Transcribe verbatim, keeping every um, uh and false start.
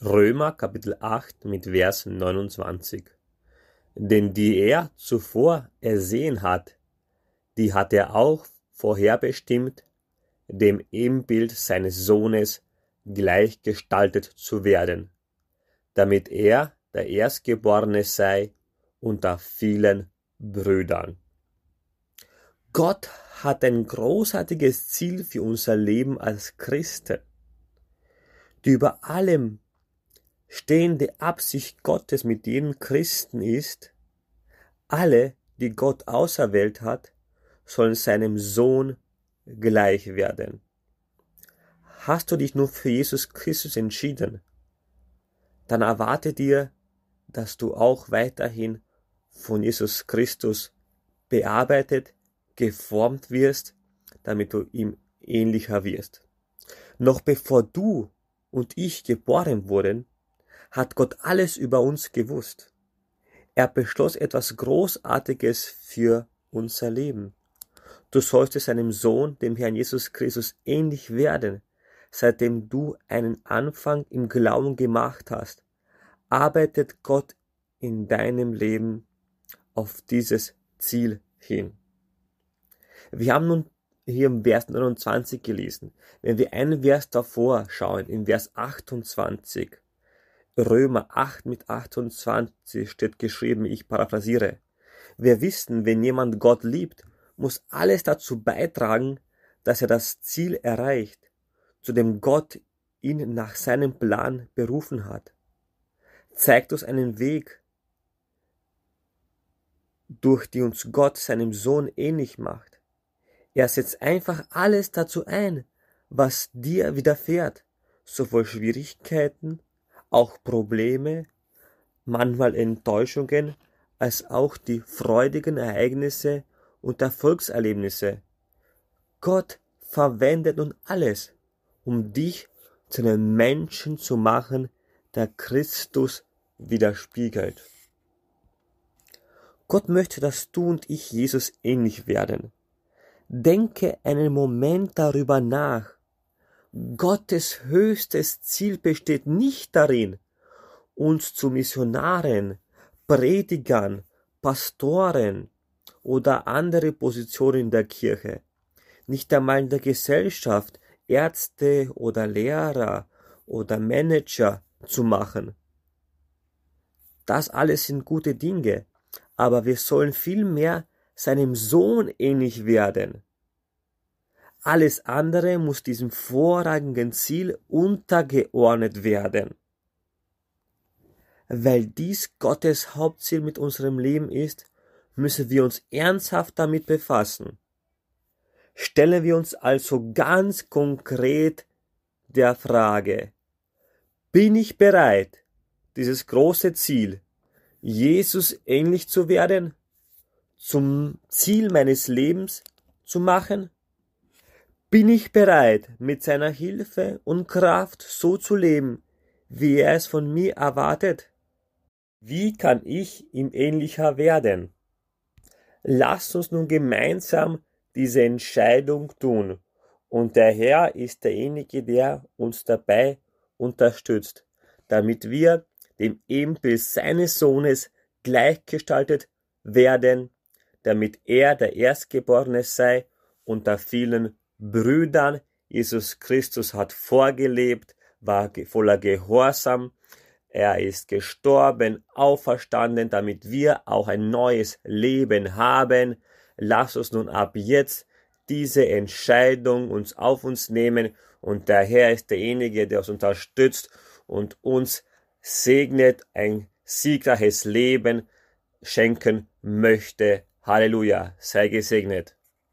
Römer Kapitel acht mit Vers neunundzwanzig. Denn die er zuvor ersehen hat, die hat er auch vorherbestimmt, dem Ebenbild seines Sohnes gleichgestaltet zu werden, damit er der Erstgeborene sei unter vielen Brüdern. Gott hat ein großartiges Ziel für unser Leben als Christen. Die über allem stehende Absicht Gottes mit jedem Christen ist, alle, die Gott auserwählt hat, sollen seinem Sohn gleich werden. Hast du dich nur für Jesus Christus entschieden, dann erwarte dir, dass du auch weiterhin von Jesus Christus bearbeitet, geformt wirst, damit du ihm ähnlicher wirst. Noch bevor du und ich geboren wurden, hat Gott alles über uns gewusst. Er beschloss etwas Großartiges für unser Leben. Du solltest seinem Sohn, dem Herrn Jesus Christus, ähnlich werden, seitdem du einen Anfang im Glauben gemacht hast. Arbeitet Gott in deinem Leben auf dieses Ziel hin. Wir haben nun hier im Vers neunundzwanzig gelesen. Wenn wir einen Vers davor schauen, in Vers achtundzwanzig, Römer acht mit achtundzwanzig steht geschrieben, ich paraphrasiere. Wir wissen, wenn jemand Gott liebt, muss alles dazu beitragen, dass er das Ziel erreicht, zu dem Gott ihn nach seinem Plan berufen hat. Zeigt uns einen Weg, durch die uns Gott seinem Sohn ähnlich macht. Er setzt einfach alles dazu ein, was dir widerfährt, sowohl Schwierigkeiten, auch Probleme, manchmal Enttäuschungen, als auch die freudigen Ereignisse und Erfolgserlebnisse. Gott verwendet nun alles, um dich zu einem Menschen zu machen, der Christus widerspiegelt. Gott möchte, dass du und ich Jesus ähnlich werden. Denke einen Moment darüber nach. Gottes höchstes Ziel besteht nicht darin, uns zu Missionaren, Predigern, Pastoren oder andere Positionen in der Kirche, nicht einmal in der Gesellschaft, Ärzte oder Lehrer oder Manager zu machen. Das alles sind gute Dinge, aber wir sollen vielmehr seinem Sohn ähnlich werden. Alles andere muss diesem vorrangigen Ziel untergeordnet werden. Weil dies Gottes Hauptziel mit unserem Leben ist, müssen wir uns ernsthaft damit befassen. Stellen wir uns also ganz konkret der Frage: Bin ich bereit, dieses große Ziel, Jesus ähnlich zu werden, zum Ziel meines Lebens zu machen? Bin ich bereit, mit seiner Hilfe und Kraft so zu leben, wie er es von mir erwartet? Wie kann ich ihm ähnlicher werden? Lasst uns nun gemeinsam diese Entscheidung tun, und der Herr ist derjenige, der uns dabei unterstützt, damit wir dem Ebenbild seines Sohnes gleichgestaltet werden, damit er der Erstgeborene sei unter vielen Brüdern. Jesus Christus hat vorgelebt, war voller Gehorsam. Er ist gestorben, auferstanden, damit wir auch ein neues Leben haben. Lass uns nun ab jetzt diese Entscheidung uns auf uns nehmen, und der Herr ist derjenige, der uns unterstützt und uns segnet, ein siegreiches Leben schenken möchte. Halleluja, sei gesegnet.